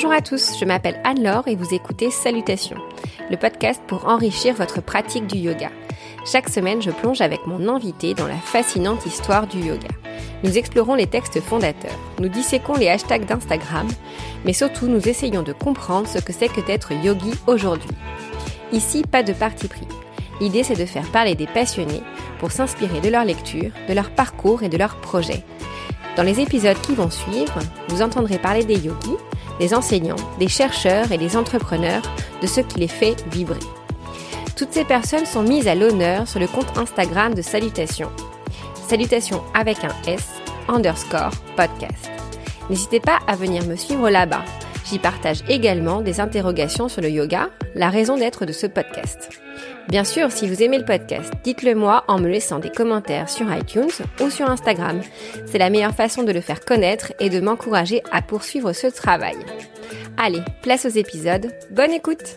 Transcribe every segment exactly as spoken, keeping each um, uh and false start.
Bonjour à tous, je m'appelle Anne-Laure et vous écoutez Salutations, le podcast pour enrichir votre pratique du yoga. Chaque semaine, je plonge avec mon invité dans la fascinante histoire du yoga. Nous explorons les textes fondateurs, nous disséquons les hashtags d'Instagram, mais surtout nous essayons de comprendre ce que c'est que d'être yogi aujourd'hui. Ici, pas de parti pris. L'idée, c'est de faire parler des passionnés pour s'inspirer de leur lecture, de leur parcours et de leurs projets. Dans les épisodes qui vont suivre, vous entendrez parler des yogis, des enseignants, des chercheurs et des entrepreneurs, de ce qui les fait vibrer. Toutes ces personnes sont mises à l'honneur sur le compte Instagram de Salutations. Salutations avec un S, underscore, podcast. N'hésitez pas à venir me suivre là-bas. J'y partage également des interrogations sur le yoga, la raison d'être de ce podcast. Bien sûr, si vous aimez le podcast, dites-le moi en me laissant des commentaires sur iTunes ou sur Instagram. C'est la meilleure façon de le faire connaître et de m'encourager à poursuivre ce travail. Allez, place aux épisodes. Bonne écoute!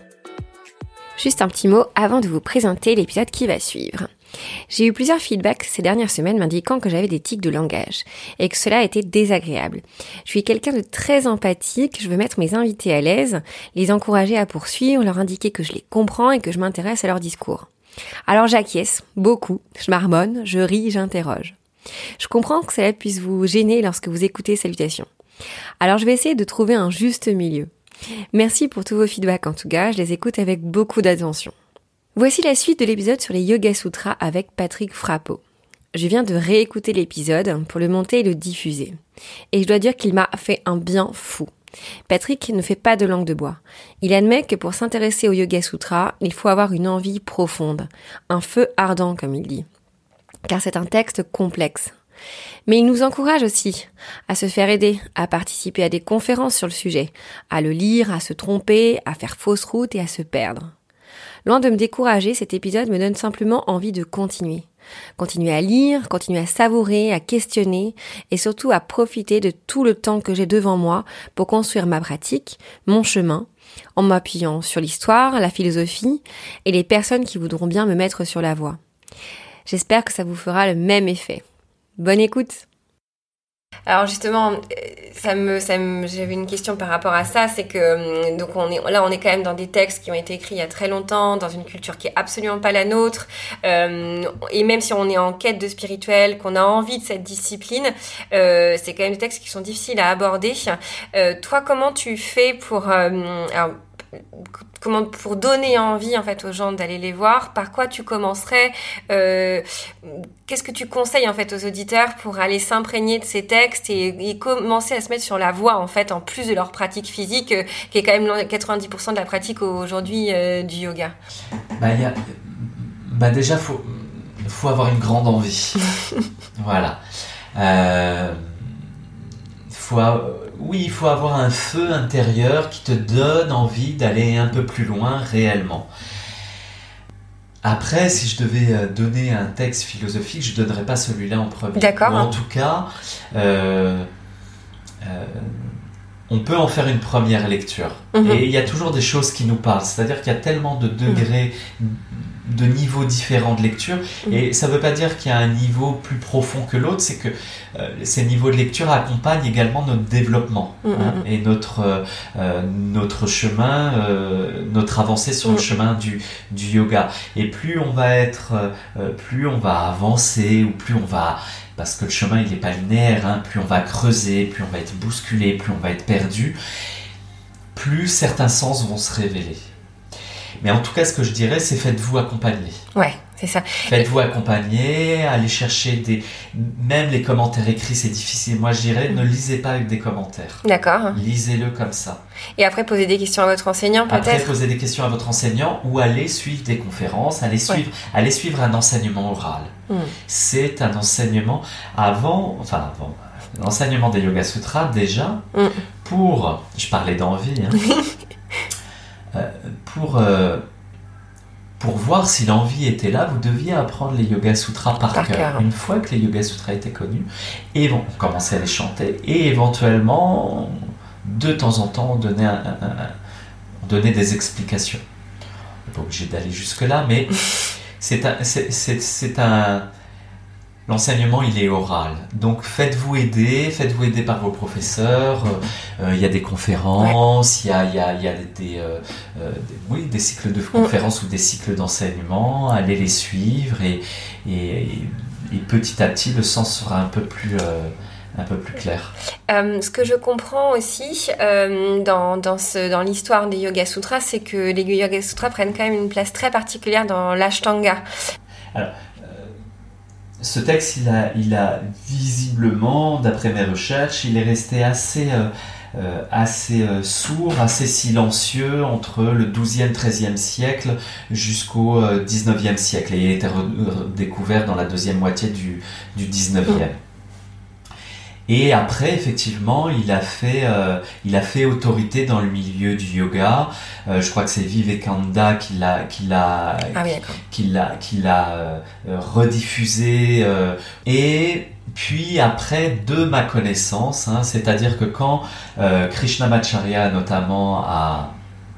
Juste un petit mot avant de vous présenter l'épisode qui va suivre. J'ai eu plusieurs feedbacks ces dernières semaines m'indiquant que j'avais des tics de langage et que cela était désagréable. Je suis quelqu'un de très empathique, je veux mettre mes invités à l'aise, les encourager à poursuivre, leur indiquer que je les comprends et que je m'intéresse à leur discours. Alors j'acquiesce, beaucoup, je marmonne, je ris, j'interroge. Je comprends que cela puisse vous gêner lorsque vous écoutez Salutations. Alors je vais essayer de trouver un juste milieu. Merci pour tous vos feedbacks en tout cas, je les écoute avec beaucoup d'attention. Voici la suite de l'épisode sur les Yoga Sutras avec Patrick Frappeau. Je viens de réécouter l'épisode pour le monter et le diffuser. Et je dois dire qu'il m'a fait un bien fou. Patrick ne fait pas de langue de bois. Il admet que pour s'intéresser aux Yoga Sutras, il faut avoir une envie profonde, un feu ardent comme il dit. Car c'est un texte complexe. Mais il nous encourage aussi à se faire aider, à participer à des conférences sur le sujet, à le lire, à se tromper, à faire fausse route et à se perdre. Loin de me décourager, cet épisode me donne simplement envie de continuer. Continuer à lire, continuer à savourer, à questionner et surtout à profiter de tout le temps que j'ai devant moi pour construire ma pratique, mon chemin, en m'appuyant sur l'histoire, la philosophie et les personnes qui voudront bien me mettre sur la voie. J'espère que ça vous fera le même effet. Bonne écoute! Alors justement, ça me, ça me, j'avais une question par rapport à ça, c'est que donc on est là, on est quand même dans des textes qui ont été écrits il y a très longtemps, dans une culture qui est absolument pas la nôtre, euh, et même si on est en quête de spirituel, qu'on a envie de cette discipline, euh, c'est quand même des textes qui sont difficiles à aborder. Euh, toi, comment tu fais pour, euh, alors, comment pour donner envie en fait aux gens d'aller les voir? Par quoi tu commencerais? euh, Qu'est-ce que tu conseilles en fait aux auditeurs pour aller s'imprégner de ces textes et, et commencer à se mettre sur la voie en fait, en plus de leur pratique physique, euh, qui est quand même quatre-vingt-dix pour cent de la pratique aujourd'hui euh, du yoga? Bah, y a, bah déjà faut faut avoir une grande envie. Voilà. Euh, faut Oui, il faut avoir un feu intérieur qui te donne envie d'aller un peu plus loin réellement. Après, si je devais donner un texte philosophique, je ne donnerais pas celui-là en premier. D'accord. Ou en tout cas, euh, euh, on peut en faire une première lecture. Mm-hmm. Et il y a toujours des choses qui nous parlent. C'est-à-dire qu'il y a tellement de degrés, mm-hmm. de niveaux différents de lecture. Mm-hmm. Et ça ne veut pas dire qu'il y a un niveau plus profond que l'autre. C'est que euh, ces niveaux de lecture accompagnent également notre développement. Mm-hmm. Hein, et notre, euh, notre chemin, euh, notre avancée sur mm-hmm. le chemin du, du yoga. Et plus on va être, euh, plus on va avancer, ou plus on va... Parce que le chemin, il n'est pas linéaire, hein. Plus on va creuser, plus on va être bousculé, plus on va être perdu, plus certains sens vont se révéler. Mais en tout cas, ce que je dirais, c'est faites-vous accompagner. Ouais, c'est ça. Faites-vous accompagner, allez chercher des... Même les commentaires écrits, c'est difficile. Moi, je dirais, ne lisez pas avec des commentaires. D'accord. Lisez-le comme ça. Et après, posez des questions à votre enseignant, peut-être? Après, posez des questions à votre enseignant ou allez suivre des conférences, allez suivre, ouais. allez suivre un enseignement oral. Mmh. C'est un enseignement avant... Enfin, avant... L'enseignement des Yoga Sutras, déjà, mmh. pour... Je parlais d'envie, hein. euh, pour... Euh, Pour voir si l'envie était là, vous deviez apprendre les Yoga Sutras par, par cœur. cœur. Une fois que les Yoga Sutras étaient connus, et bon, on commençait à les chanter, et éventuellement, de temps en temps, on donnait, un, un, un, on donnait des explications. On n'est pas obligé d'aller jusque-là, mais c'est un, c'est, c'est, c'est un, l'enseignement, il est oral. Donc, faites-vous aider, faites-vous aider par vos professeurs. Il euh, y a des conférences, il ouais. y, a, y, a, y a des, euh, euh, des, oui, des cycles de conférences mmh. ou des cycles d'enseignement. Allez les suivre et, et, et petit à petit, le sens sera un peu plus... Euh, un peu plus clair. Euh, ce que je comprends aussi euh, dans, dans, ce, dans l'histoire des Yoga Sutras, c'est que les Yoga Sutras prennent quand même une place très particulière dans l'Ashtanga. Alors, euh, ce texte, il a, il a visiblement, d'après mes recherches, il est resté assez, euh, euh, assez euh, sourd, assez silencieux entre le douzième, treizième siècle jusqu'au euh, dix-neuvième siècle. Et il a été redécouvert dans la deuxième moitié du, du dix-neuvième. Mmh. Et après, effectivement, il a fait, euh, il a fait autorité dans le milieu du yoga. Euh, je crois que c'est Vivekananda qui l'a, qui l'a, ah oui, qui l'a, qui l'a euh, rediffusé. Euh, et puis après, de ma connaissance, hein, c'est-à-dire que quand euh, Krishnamacharya notamment a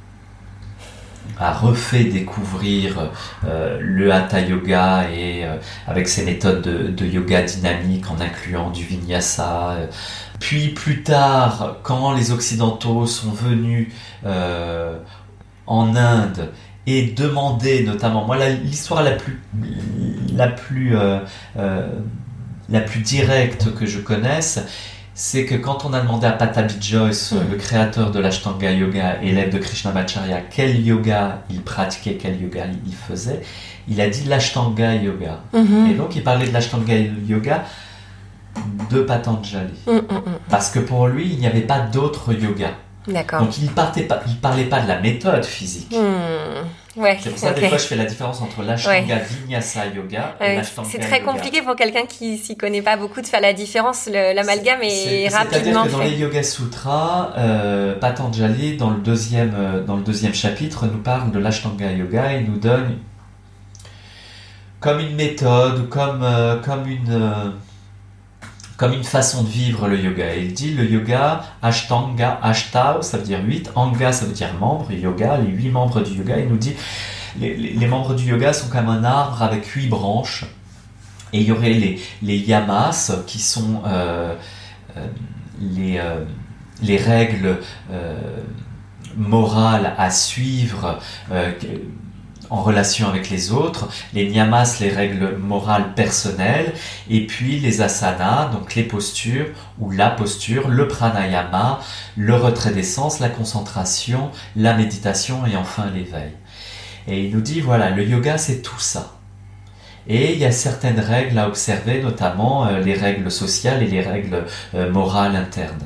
a refait découvrir euh, le Hatha Yoga et euh, avec ses méthodes de, de yoga dynamique en incluant du vinyasa. Puis plus tard, quand les Occidentaux sont venus euh, en Inde et demander notamment, moi la, l'histoire la plus la plus euh, euh, la plus directe que je connaisse, c'est que quand on a demandé à Patabi Jois, mmh. le créateur de l'Ashtanga Yoga, élève de Krishnamacharya, quel yoga il pratiquait, quel yoga il faisait, il a dit l'Ashtanga Yoga. Mmh. Et donc il parlait de l'Ashtanga Yoga de Patanjali. Mmh, mmh, parce que pour lui, il n'y avait pas d'autre yoga. D'accord. Donc il ne parlait pas de la méthode physique. Mmh. Ouais, c'est pour ça que okay. des fois je fais la différence entre l'Ashtanga ouais. Vinyasa Yoga et ouais, l'Ashtanga C'est très yoga. Compliqué pour quelqu'un qui s'y connaît pas beaucoup de faire la différence. Le, l'amalgame est, c'est, est rapidement C'est-à-dire que dans fait. les Yoga Sutras, euh, Patanjali, dans le, deuxième, euh, dans le deuxième chapitre, nous parle de l'Ashtanga Yoga et nous donne comme une méthode, comme, euh, comme une... Euh, comme une façon de vivre le yoga. Et il dit le yoga, Ashtanga, Ashtau, ça veut dire huit, Anga, ça veut dire membre, yoga, les huit membres du yoga. Il nous dit les, les, les membres du yoga sont comme un arbre avec huit branches. Et il y aurait les, les yamas, qui sont euh, euh, les, euh, les règles euh, morales à suivre euh, en relation avec les autres, les niyamas, les règles morales personnelles, et puis les asanas, donc les postures, ou la posture, le pranayama, le retrait des sens, la concentration, la méditation, et enfin l'éveil. Et il nous dit, voilà, le yoga, c'est tout ça. Et il y a certaines règles à observer, notamment euh, les règles sociales et les règles euh, morales internes.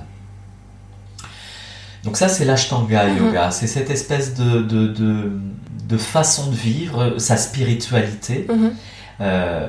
Donc ça, c'est l'Ashtanga mm-hmm. Yoga, c'est cette espèce de, de, de, de façon de vivre, sa spiritualité. Mm-hmm. Euh,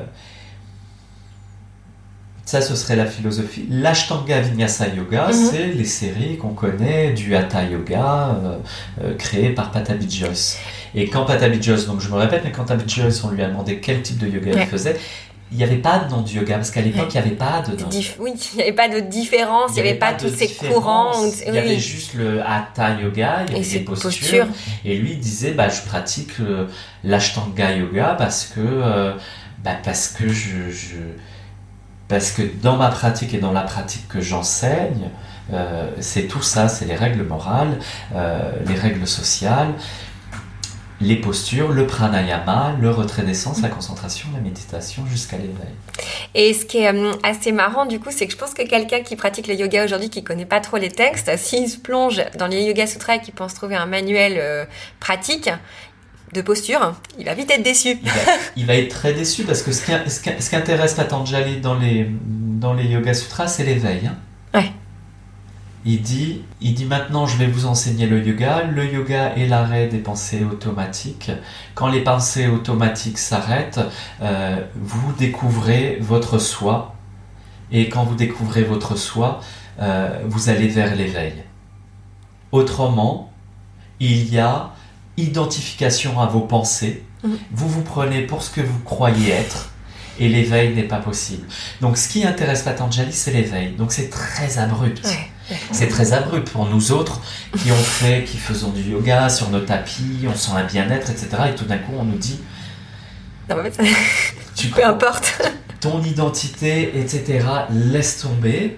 ça, ce serait la philosophie. L'Ashtanga Vinyasa Yoga, mm-hmm. c'est les séries qu'on connaît du Hatha Yoga euh, euh, créées par Patabi Jois. Et quand Patabi Jois, donc je me répète, mais quand Patabi Jois, on lui a demandé quel type de yoga ouais. il faisait, il n'y avait pas de nom du yoga, parce qu'à l'époque, il n'y avait pas de nom. Dif- oui, il n'y avait pas de différence, il n'y avait, avait pas, pas tous ces courants. Il y oui. avait juste le Hatha Yoga, il y avait des postures, postures. Et lui, il disait, bah, je pratique euh, l'Ashtanga Yoga parce que, euh, bah, parce que je, je, parce que dans ma pratique et dans la pratique que j'enseigne, euh, c'est tout ça, c'est les règles morales, euh, les règles sociales, les postures, le pranayama, le retrait des sens, la concentration, la méditation jusqu'à l'éveil. Et ce qui est euh, assez marrant du coup, c'est que je pense que quelqu'un qui pratique le yoga aujourd'hui, qui connaît pas trop les textes, s'il se plonge dans les Yoga Sutras et qu'il pense trouver un manuel euh, pratique de posture, il va vite être déçu. Il va, il va être très déçu parce que ce qui, ce qui, ce qui intéresse Patanjali dans les, dans les Yoga Sutras, c'est l'éveil. Hein. Ouais. Il dit, il dit maintenant je vais vous enseigner le yoga. Le yoga est l'arrêt des pensées automatiques. Quand les pensées automatiques s'arrêtent, euh, vous découvrez votre soi. Et quand vous découvrez votre soi, euh, vous allez vers l'éveil. Autrement, il y a identification à vos pensées. Mmh. Vous vous prenez pour ce que vous croyez être. Et l'éveil n'est pas possible. Donc ce qui intéresse Patanjali, c'est l'éveil. Donc c'est très abrupt. Ouais. C'est très abrupt pour nous autres qui ont fait, qui faisons du yoga sur nos tapis, on sent un bien-être, et cetera. Et tout d'un coup, on nous dit... Non, mais tu peu importe. ton identité, et cetera, laisse tomber.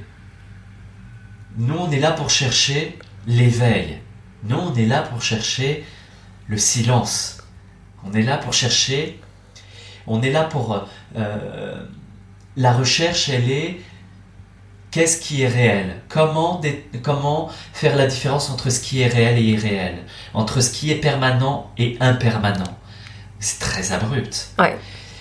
Nous, on est là pour chercher l'éveil. Nous, on est là pour chercher le silence. On est là pour chercher... On est là pour... Euh, la recherche, elle est... Qu'est-ce qui est réel ? Comment, dé- comment faire la différence entre ce qui est réel et irréel ? Entre ce qui est permanent et impermanent ? C'est très abrupt. Ouais.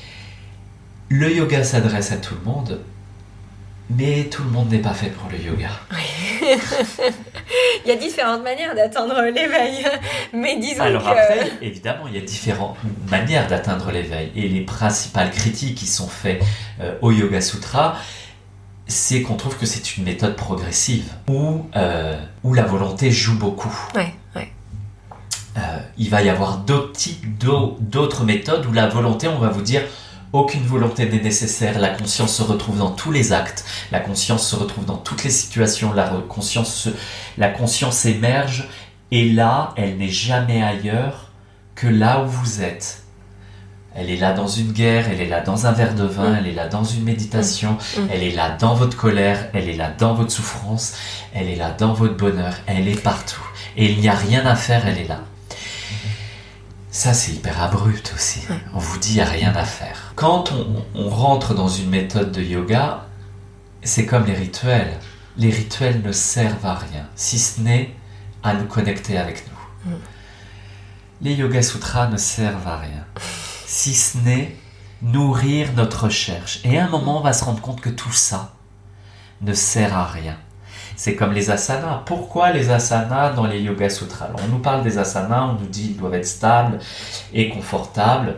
Le yoga s'adresse à tout le monde, mais tout le monde n'est pas fait pour le yoga. Oui. Il y a différentes manières d'atteindre l'éveil, mais disons Alors que... après, évidemment, il y a différentes manières d'atteindre l'éveil. Et les principales critiques qui sont faites euh, au Yoga Sutra, c'est qu'on trouve que c'est une méthode progressive, où, euh, où la volonté joue beaucoup. Ouais, ouais. Euh, il va y avoir d'autres types, d'autres méthodes où la volonté, on va vous dire... Aucune volonté n'est nécessaire, la conscience se retrouve dans tous les actes, la conscience se retrouve dans toutes les situations, la conscience, se, la conscience émerge et là, elle n'est jamais ailleurs que là où vous êtes. Elle est là dans une guerre, elle est là dans un verre de vin, mmh. elle est là dans une méditation, mmh. elle est là dans votre colère, elle est là dans votre souffrance, elle est là dans votre bonheur, elle est partout. Et il n'y a rien à faire, elle est là. Ça, c'est hyper abrupt aussi. On vous dit, il n'y a rien à faire. Quand on, on rentre dans une méthode de yoga, c'est comme les rituels. Les rituels ne servent à rien, si ce n'est à nous connecter avec nous. Mm. Les Yoga Sutras ne servent à rien, si ce n'est nourrir notre recherche. Et à un moment, on va se rendre compte que tout ça ne sert à rien. C'est comme les asanas. Pourquoi les asanas dans les Yoga Sutras ? Alors, on nous parle des asanas, on nous dit qu'ils doivent être stables et confortables.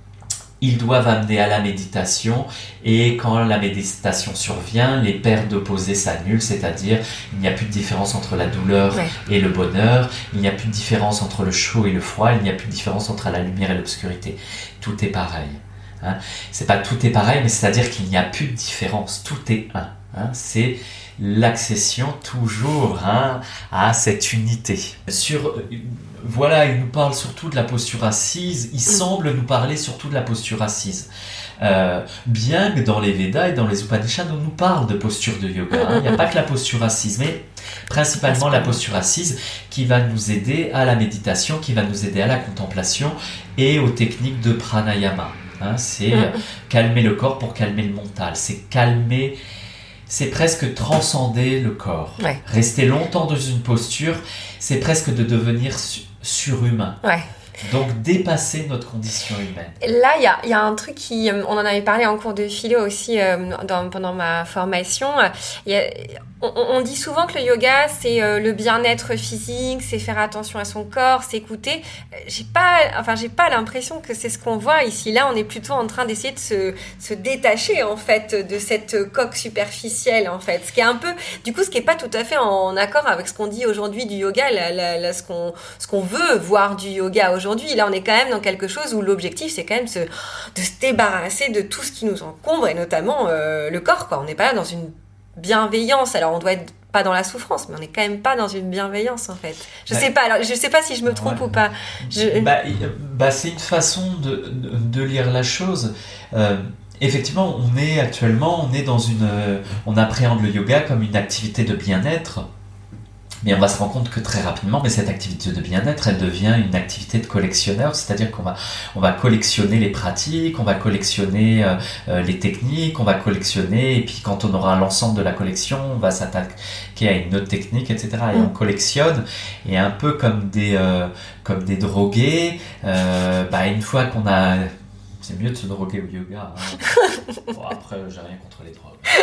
Ils doivent amener à la méditation. Et quand la méditation survient, les paires d'opposés s'annulent, c'est-à-dire il n'y a plus de différence entre la douleur ouais. et le bonheur. Il n'y a plus de différence entre le chaud et le froid. Il n'y a plus de différence entre la lumière et l'obscurité. Tout est pareil. Hein ? C'est pas tout est pareil, mais c'est-à-dire qu'il n'y a plus de différence. Tout est un. Hein ? C'est l'accession toujours hein, à cette unité. Sur, voilà, il nous parle surtout de la posture assise, il semble nous parler surtout de la posture assise. Euh, bien que dans les Védas et dans les Upanishads, on nous parle de posture de yoga. Hein. Il n'y a pas que la posture assise, mais principalement la posture assise qui va nous aider à la méditation, qui va nous aider à la contemplation et aux techniques de pranayama. Hein. C'est euh, calmer le corps pour calmer le mental, c'est calmer... C'est presque transcender le corps. Ouais. Rester longtemps dans une posture, c'est presque de devenir su- surhumain. Ouais. Donc dépasser notre condition humaine. Là, il y a, y a un truc qui... On en avait parlé en cours de philo aussi euh, dans, pendant ma formation. Y a, on, on dit souvent que le yoga, c'est euh, le bien-être physique, c'est faire attention à son corps, s'écouter. J'ai pas, enfin, j'ai pas l'impression que c'est ce qu'on voit ici. Là, on est plutôt en train d'essayer de se, se détacher, en fait, de cette coque superficielle, en fait. Ce qui est un peu... Du coup, ce qui est pas tout à fait en accord avec ce qu'on dit aujourd'hui du yoga, là, là, là, ce qu'on, ce qu'on veut voir du yoga aujourd'hui. Aujourd'hui, là, on est quand même dans quelque chose où l'objectif, c'est quand même se, de se débarrasser de tout ce qui nous encombre, et notamment euh, le corps, quoi. On n'est pas là dans une bienveillance. Alors, on doit être pas dans la souffrance, mais on n'est quand même pas dans une bienveillance, en fait. Je bah, sais pas, alors, je sais pas si je me trompe ouais. ou pas. Je... Bah, bah, c'est une façon de, de, de lire la chose. Euh, effectivement, on est actuellement, on est dans une... Euh, on appréhende le yoga comme une activité de bien-être. Mais on va se rendre compte que très rapidement, mais cette activité de bien-être, elle devient une activité de collectionneur, c'est-à-dire qu'on va, on va collectionner les pratiques, on va collectionner euh, euh, les techniques, on va collectionner, et puis quand on aura l'ensemble de la collection, on va s'attaquer à une autre technique, et cetera. Et on collectionne, et un peu comme des, euh, comme des drogués, euh, bah, une fois qu'on a... C'est mieux de se droguer au yoga. Hein. Bon, après, j'ai rien contre les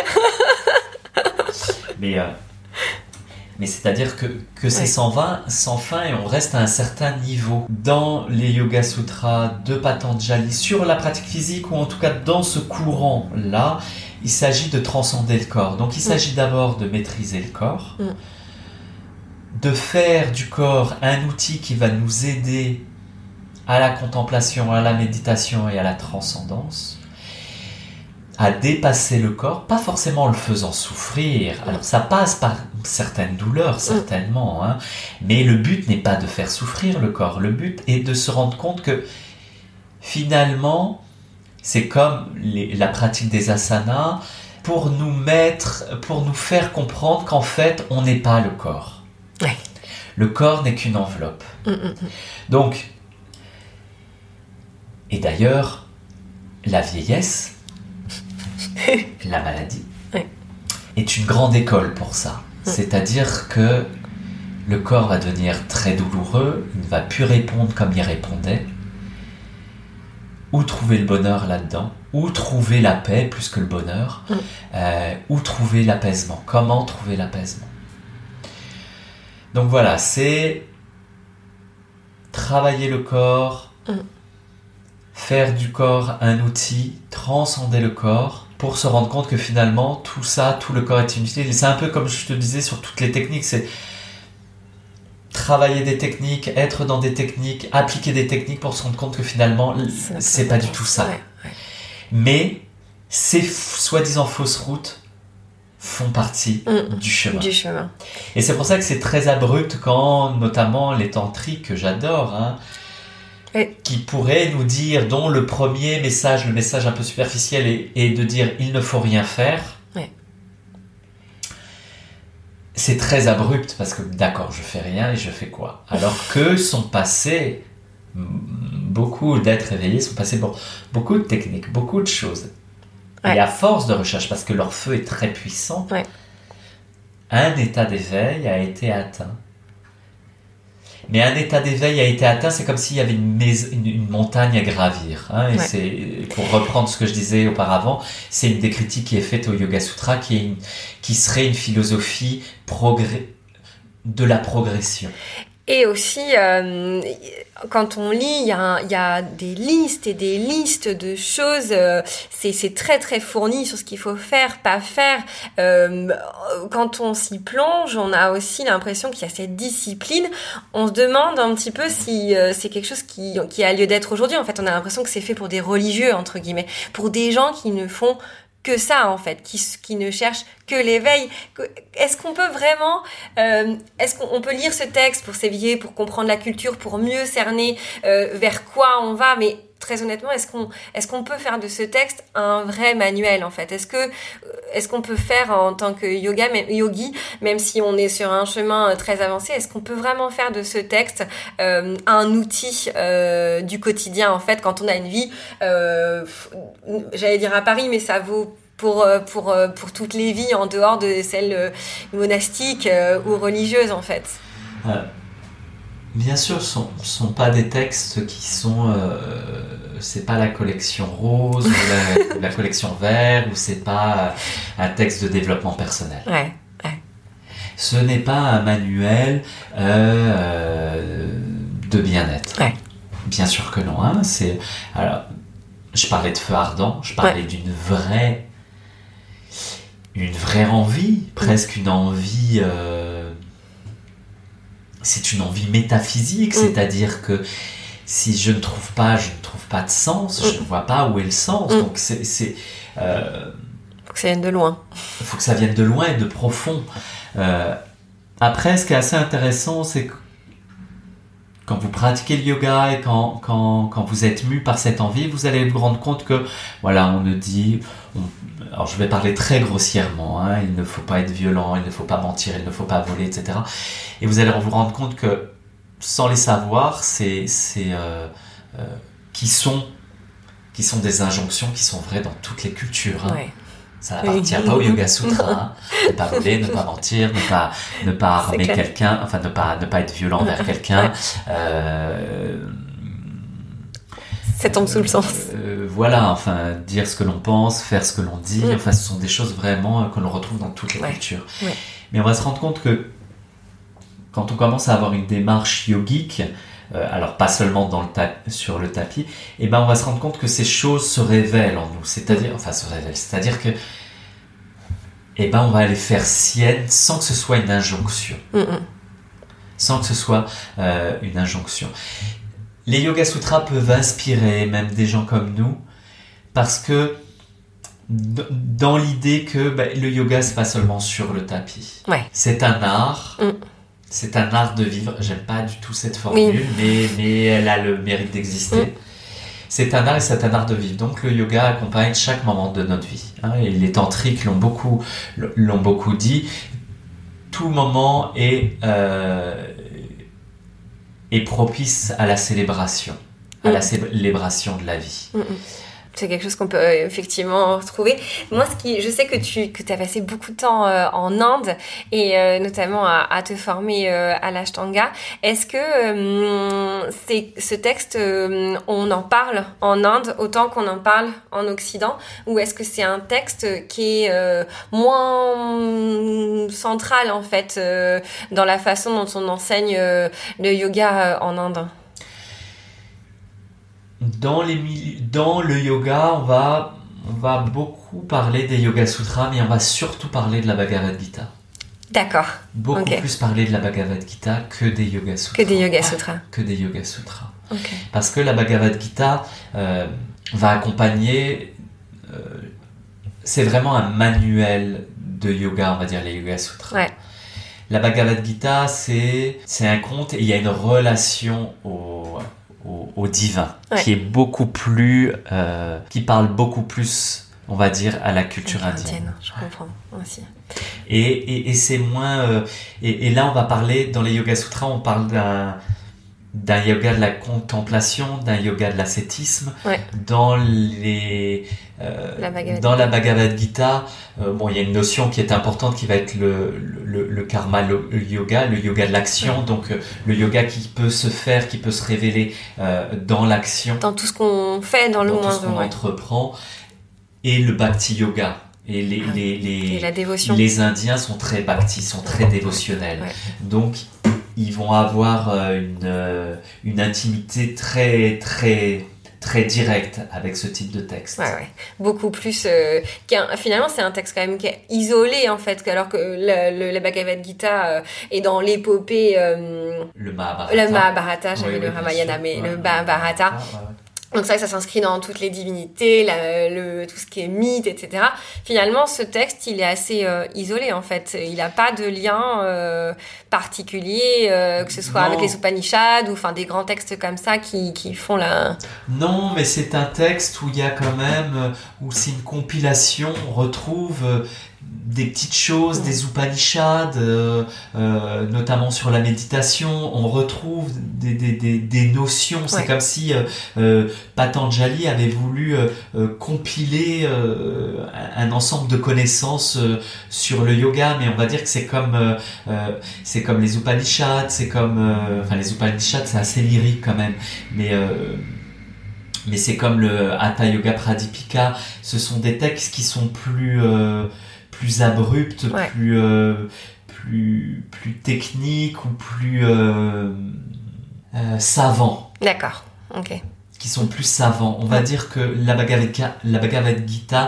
drogues. Mais... Euh, Mais c'est-à-dire que, que c'est ouais. sans, vingt, sans fin et on reste à un certain niveau. Dans les Yoga Sutras de Patanjali, sur la pratique physique, ou en tout cas dans ce courant-là, il s'agit de transcender le corps. Donc il s'agit mmh. d'abord de maîtriser le corps, mmh. de faire du corps un outil qui va nous aider à la contemplation, à la méditation et à la transcendance, à dépasser le corps, pas forcément en le faisant souffrir. Alors ça passe par certaines douleurs, certainement, hein, mais le but n'est pas de faire souffrir le corps. Le but est de se rendre compte que finalement, C'est comme les, la pratique des asanas pour nous mettre, pour nous faire comprendre qu'en fait, on n'est pas le corps. Ouais. Le corps n'est qu'une enveloppe. Mmh, mmh. Donc, et d'ailleurs, la vieillesse, la maladie, ouais. est une grande école pour ça. Mmh. C'est-à-dire que le corps va devenir très douloureux, il ne va plus répondre comme il répondait. Où trouver le bonheur là-dedans? Où trouver la paix plus que le bonheur? mmh. euh, Où trouver l'apaisement? Comment trouver l'apaisement? Donc voilà, c'est travailler le corps, mmh. faire du corps un outil, transcender le corps pour se rendre compte que finalement tout ça, tout le corps est inutile. Et c'est un peu comme je te disais sur toutes les techniques, c'est travailler des techniques, être dans des techniques, appliquer des techniques pour se rendre compte que finalement, c'est, c'est pas du tout ça. Ouais, ouais. Mais ces f- soi-disant fausses routes font partie mmh, du chemin. Du chemin. Et c'est pour ça que c'est très abrupt quand, notamment les tantriques que j'adore, hein, ouais. qui pourraient nous dire, dont le premier message, le message un peu superficiel est, est de dire il ne faut rien faire. Ouais. C'est très abrupt parce que d'accord, je fais rien et je fais quoi? Alors que sont passés, beaucoup d'êtres éveillés sont passés pour beaucoup de techniques, beaucoup de choses. Ouais. Et à force de recherche, parce que leur feu est très puissant, ouais. un état d'éveil a été atteint. Mais un état d'éveil a été atteint, c'est comme s'il y avait une, mais- une, une montagne à gravir. Hein, et ouais. c'est, pour reprendre ce que je disais auparavant, c'est une des critiques qui est faite au Yoga Sutra, qui, est une, qui serait une philosophie progr- de la progression. Et aussi, euh, quand on lit, il y, y a des listes et des listes de choses. Euh, c'est, c'est très très fourni sur ce qu'il faut faire, pas faire. Euh, quand on s'y plonge, on a aussi l'impression qu'il y a cette discipline. On se demande un petit peu si euh, c'est quelque chose qui, qui a lieu d'être aujourd'hui. En fait, on a l'impression que c'est fait pour des religieux, entre guillemets, pour des gens qui ne font que ça, en fait, qui, qui ne cherchent que l'éveil. Est-ce qu'on peut vraiment, euh, est-ce qu'on on peut lire ce texte pour s'éveiller, pour comprendre la culture, pour mieux cerner euh, vers quoi on va, mais très honnêtement, est-ce qu'on, est-ce qu'on peut faire de ce texte un vrai manuel, en fait? Est-ce que, est-ce qu'on peut faire en tant que yoga, même, yogi, même si on est sur un chemin très avancé, est-ce qu'on peut vraiment faire de ce texte euh, un outil euh, du quotidien, en fait, quand on a une vie, euh, j'allais dire à Paris, mais ça vaut pour, pour, pour toutes les vies en dehors de celles monastiques ou religieuses, en fait. Euh, bien sûr, ce sont, sont pas des textes qui sont... Euh, c'est pas la collection rose ou la, la collection vert, ou c'est pas un texte de développement personnel. Ouais, ouais. Ce n'est pas un manuel euh, de bien-être. Ouais. Bien sûr que non. Hein, c'est, alors, je parlais de feu ardent, je parlais ouais. d'une vraie... une vraie envie, presque une envie, euh, c'est une envie métaphysique, mmh. c'est-à-dire que si je ne trouve pas, je ne trouve pas de sens, mmh. je ne vois pas où est le sens, mmh. donc c'est... c'est euh, faut que ça vienne de loin. Il faut que ça vienne de loin et de profond. Euh, après, ce qui est assez intéressant, c'est que quand vous pratiquez le yoga et quand, quand, quand vous êtes mu par cette envie, vous allez vous rendre compte que, voilà, on ne dit... On, alors je vais parler très grossièrement, hein, il ne faut pas être violent, il ne faut pas mentir, il ne faut pas voler, et cetera. Et vous allez vous rendre compte que, sans les savoir, c'est, c'est euh, euh, qui sont, qui sont des injonctions qui sont vraies dans toutes les cultures. Hein. Ouais. Ça n'appartient pas au Yoga Sutra. Hein. Ne pas voler, ne pas mentir, ne pas, ne pas armer quelqu'un, enfin ne pas, ne pas être violent envers quelqu'un. Euh, Ça tombe sous le sens. Euh, voilà, enfin, dire ce que l'on pense, faire ce que l'on dit, mmh. enfin, ce sont des choses vraiment que l'on retrouve dans toutes les ouais. cultures. Ouais. Mais on va se rendre compte que quand on commence à avoir une démarche yogique, euh, alors pas seulement dans le ta- sur le tapis, et ben on va se rendre compte que ces choses se révèlent en nous, c'est-à-dire, enfin, se révèlent, c'est-à-dire que, et ben on va les faire siennes sans que ce soit une injonction, mmh. sans que ce soit euh, une injonction. Les Yoga Sutras peuvent inspirer même des gens comme nous, parce que d- dans l'idée que bah, le yoga c'est pas seulement sur le tapis, ouais. c'est un art, mm. c'est un art de vivre. J'aime pas du tout cette formule, oui. mais, mais elle a le mérite d'exister. Mm. c'est un art et c'est un art de vivre. Donc le yoga accompagne chaque moment de notre vie. Hein, et les tantriques l'ont beaucoup, l'ont beaucoup dit. Tout moment est, euh, est propice à la célébration, à mmh. la célébration de la vie. Mmh. C'est quelque chose qu'on peut euh, effectivement retrouver. Moi, ce qui, je sais que tu que as passé beaucoup de temps euh, en Inde et euh, notamment à, à te former euh, à l'Ashtanga. Est-ce que euh, c'est, ce texte, euh, on en parle en Inde autant qu'on en parle en Occident, ou est-ce que c'est un texte qui est euh, moins central en fait euh, dans la façon dont on enseigne euh, le yoga euh, en Inde? Dans, les, dans le yoga, on va, on va beaucoup parler des Yoga Sutras, mais on va surtout parler de la Bhagavad Gita. D'accord. Beaucoup okay. plus parler de la Bhagavad Gita que des Yoga Sutras. Que des Yoga Sutras. Que des Yoga Sutras. Okay. Parce que la Bhagavad Gita euh, va accompagner... Euh, c'est vraiment un manuel de yoga, on va dire, les Yoga Sutras. Ouais. La Bhagavad Gita, c'est, c'est un conte et il y a une relation au... Au, au divin, ouais. qui est beaucoup plus, euh, qui parle beaucoup plus, on va dire, à la culture indienne. indienne. Je comprends aussi. Et, et, et c'est moins, euh, et, et là on va parler, dans les Yoga Sutras, on parle d'un, d'un yoga de la contemplation, d'un yoga de l'ascétisme. Ouais. Dans les, euh, la dans la Bhagavad Gita, euh, bon, il y a une notion qui est importante qui va être le, le, le karma le, le yoga, le yoga de l'action, ouais. donc euh, le yoga qui peut se faire, qui peut se révéler euh, dans l'action. Dans tout ce qu'on fait, dans le dans moindre. Tout ce qu'on ouais. entreprend. Et le bhakti yoga. Et les, ah, les, les, et la dévotion. Les Indiens sont très bhakti, sont très dévotionnels. Ouais. Donc, ils vont avoir une, une intimité très, très, très directe avec ce type de texte. Ouais, ouais. Beaucoup plus... Euh, qu'un, finalement, c'est un texte quand même qui est isolé, en fait, alors que le, le, la Bhagavad Gita euh, est dans l'épopée... Euh, le Mahabharata. Le Mahabharata, j'avais oui, le oui, Ramayana, mais ouais, le Mahabharata... Ouais, ouais, ouais. Donc ça, ça s'inscrit dans toutes les divinités, la, le, tout ce qui est mythe, et cetera. Finalement, ce texte, il est assez euh, isolé, en fait. Il n'a pas de lien euh, particulier, euh, que ce soit non. avec les Upanishads ou enfin des grands textes comme ça qui, qui font la... Non, mais c'est un texte où il y a quand même... où c'est une compilation, on retrouve... Euh, des petites choses, mmh. des Upanishads, euh, euh, notamment sur la méditation, on retrouve des, des, des, des notions. Ouais. C'est comme si euh, euh, Patanjali avait voulu euh, euh, compiler euh, un ensemble de connaissances euh, sur le yoga, mais on va dire que c'est comme euh, euh, c'est comme les Upanishads, c'est comme euh, enfin les Upanishads, c'est assez lyrique quand même, mais euh, mais c'est comme le Hatha Yoga Pradipika. Ce sont des textes qui sont plus euh, plus abruptes, ouais. plus, euh, plus, plus techniques ou plus euh, euh, savants. D'accord, ok. Qui sont plus savants. On va ouais. dire que la Bhagavad Gita, la Bhagavad Gita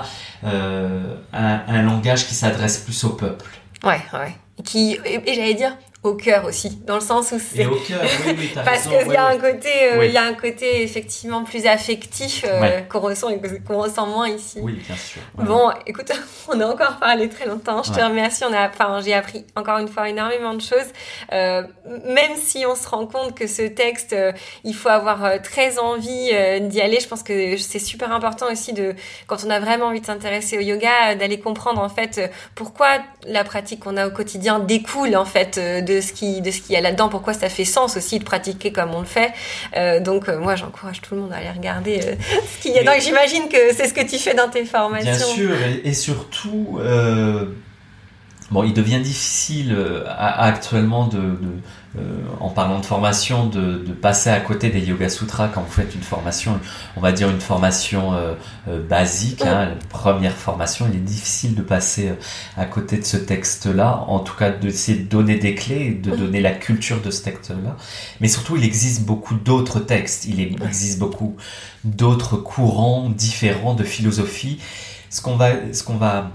euh, a un langage qui s'adresse plus au peuple. Ouais, ouais. Qui, et, et j'allais dire au cœur aussi, dans le sens où c'est... Et au cœur, oui, oui, t'as Parce raison. qu'il y a oui, un côté, euh, oui. il y a un côté effectivement plus affectif euh, ouais. qu'on ressent et qu'on ressent moins ici. Oui, bien sûr. Ouais. Bon, écoute, on a encore parlé très longtemps. Je ouais. te remercie. On a, enfin, j'ai appris encore une fois énormément de choses. Euh, même si on se rend compte que ce texte, euh, il faut avoir euh, très envie euh, d'y aller. Je pense que c'est super important aussi de, quand on a vraiment envie de s'intéresser au yoga, euh, d'aller comprendre en fait euh, pourquoi la pratique qu'on a au quotidien découle en fait euh, de ce qui, de ce qui là-dedans, pourquoi ça fait sens aussi de pratiquer comme on le fait. Euh, donc euh, moi j'encourage tout le monde à aller regarder euh, ce qu'il y a. Donc j'imagine que c'est ce que tu fais dans tes formations. Bien sûr, et, et surtout euh, bon, il devient difficile euh, actuellement de, de euh, en parlant de formation de, de passer à côté des Yoga Sutras quand vous faites une formation, on va dire une formation euh, euh, basique, mmh. hein, la première formation. Il est difficile de passer à côté de ce texte-là, en tout cas d'essayer de donner des clés, de mmh. donner la culture de ce texte-là. Mais surtout, il existe beaucoup d'autres textes, il existe beaucoup d'autres courants différents de philosophie. Ce qu'on va, ce qu'on va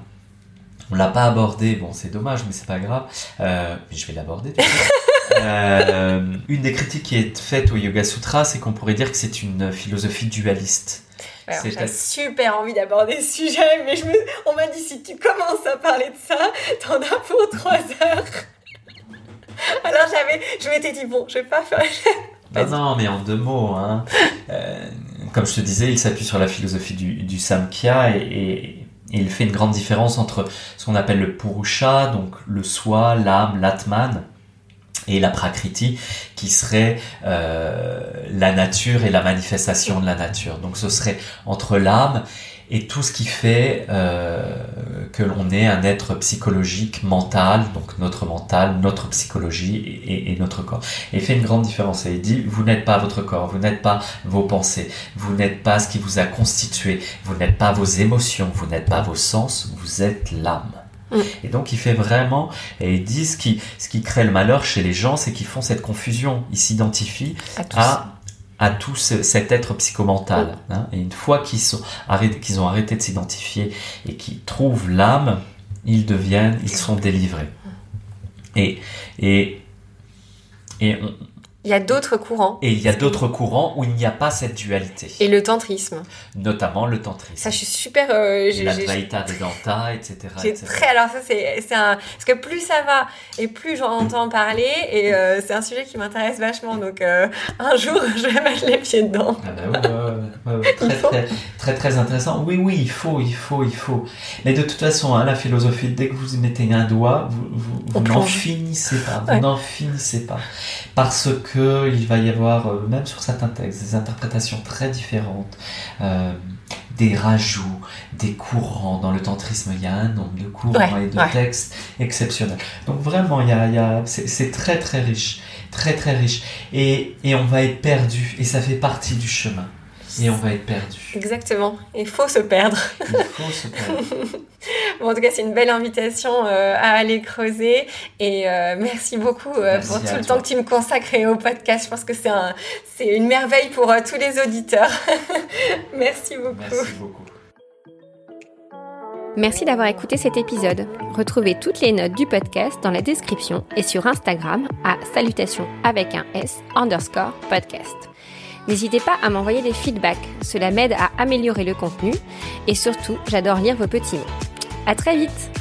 On l'a pas abordé, bon c'est dommage mais c'est pas grave, euh, mais je vais l'aborder. euh, une des critiques qui est faite au Yoga Sutra, c'est qu'on pourrait dire que c'est une philosophie dualiste. Ouais, j'ai à... super envie d'aborder ce sujet, mais je me... on m'a dit si tu commences à parler de ça, t'en as pour trois heures. Alors j'avais, je m'étais dit bon, je vais pas faire... Non, non, mais en deux mots, hein. Euh, comme je te disais, il s'appuie sur la philosophie du, du Samkhya et, et, et il fait une grande différence entre ce qu'on appelle le Purusha, donc le soi, l'âme, l'Atman, et la Prakriti, qui serait euh, la nature et la manifestation de la nature. Donc ce serait entre l'âme et tout ce qui fait euh, que l'on est un être psychologique, mental, donc notre mental, notre psychologie et, et, et notre corps. Et il fait une grande différence. Et il dit, vous n'êtes pas votre corps, vous n'êtes pas vos pensées, vous n'êtes pas ce qui vous a constitué, vous n'êtes pas vos émotions, vous n'êtes pas vos sens, vous êtes l'âme. Mmh. Et donc il fait vraiment, et il dit ce qui, ce qui crée le malheur chez les gens, c'est qu'ils font cette confusion. Ils s'identifient à, à à tout ce, cet être psychomental. Mmh. Hein, et une fois qu'ils, sont arrêtés, qu'ils ont arrêté de s'identifier et qu'ils trouvent l'âme, ils deviennent, ils sont délivrés. Et, et, et on, il y a d'autres courants. Et il y a d'autres courants où il n'y a pas cette dualité. Et le tantrisme. Notamment le tantrisme. Ça, je suis super... Euh, j'ai, L'Advaita Vedanta, et cetera. J'ai et cetera. Très, alors ça, c'est, c'est un... Parce que plus ça va, et plus j'en entends parler, et euh, c'est un sujet qui m'intéresse vachement. Donc, euh, un jour, je vais mettre les pieds dedans. Ah bah ouais, ouais, ouais, ouais, très, très, très, très intéressant. Oui, oui, il faut, il faut, il faut. Mais de toute façon, hein, la philosophie, dès que vous y mettez un doigt, vous, vous, vous n'en finissez pas. Vous ouais. n'en finissez pas. Parce que il va y avoir, euh, même sur certains textes, des interprétations très différentes, euh, des rajouts, des courants. Dans le tantrisme, il y a un nombre de courants ouais, et de ouais. textes exceptionnels. Donc vraiment, il y a, il y a, c'est, c'est très très riche, très très riche. Et, et on va être perdu, et ça fait partie du chemin. Et on va être perdu. Exactement. Il faut se perdre. Il faut se perdre. Bon, en tout cas, c'est une belle invitation euh, à aller creuser. Et euh, merci beaucoup euh, merci pour tout le toi. temps que tu me consacres au podcast. Je pense que c'est, un, c'est une merveille pour euh, tous les auditeurs. Merci beaucoup. Merci beaucoup. Merci d'avoir écouté cet épisode. Retrouvez toutes les notes du podcast dans la description et sur Instagram à salutations avec un S underscore podcast. N'hésitez pas à m'envoyer des feedbacks, cela m'aide à améliorer le contenu et surtout, j'adore lire vos petits mots. À très vite!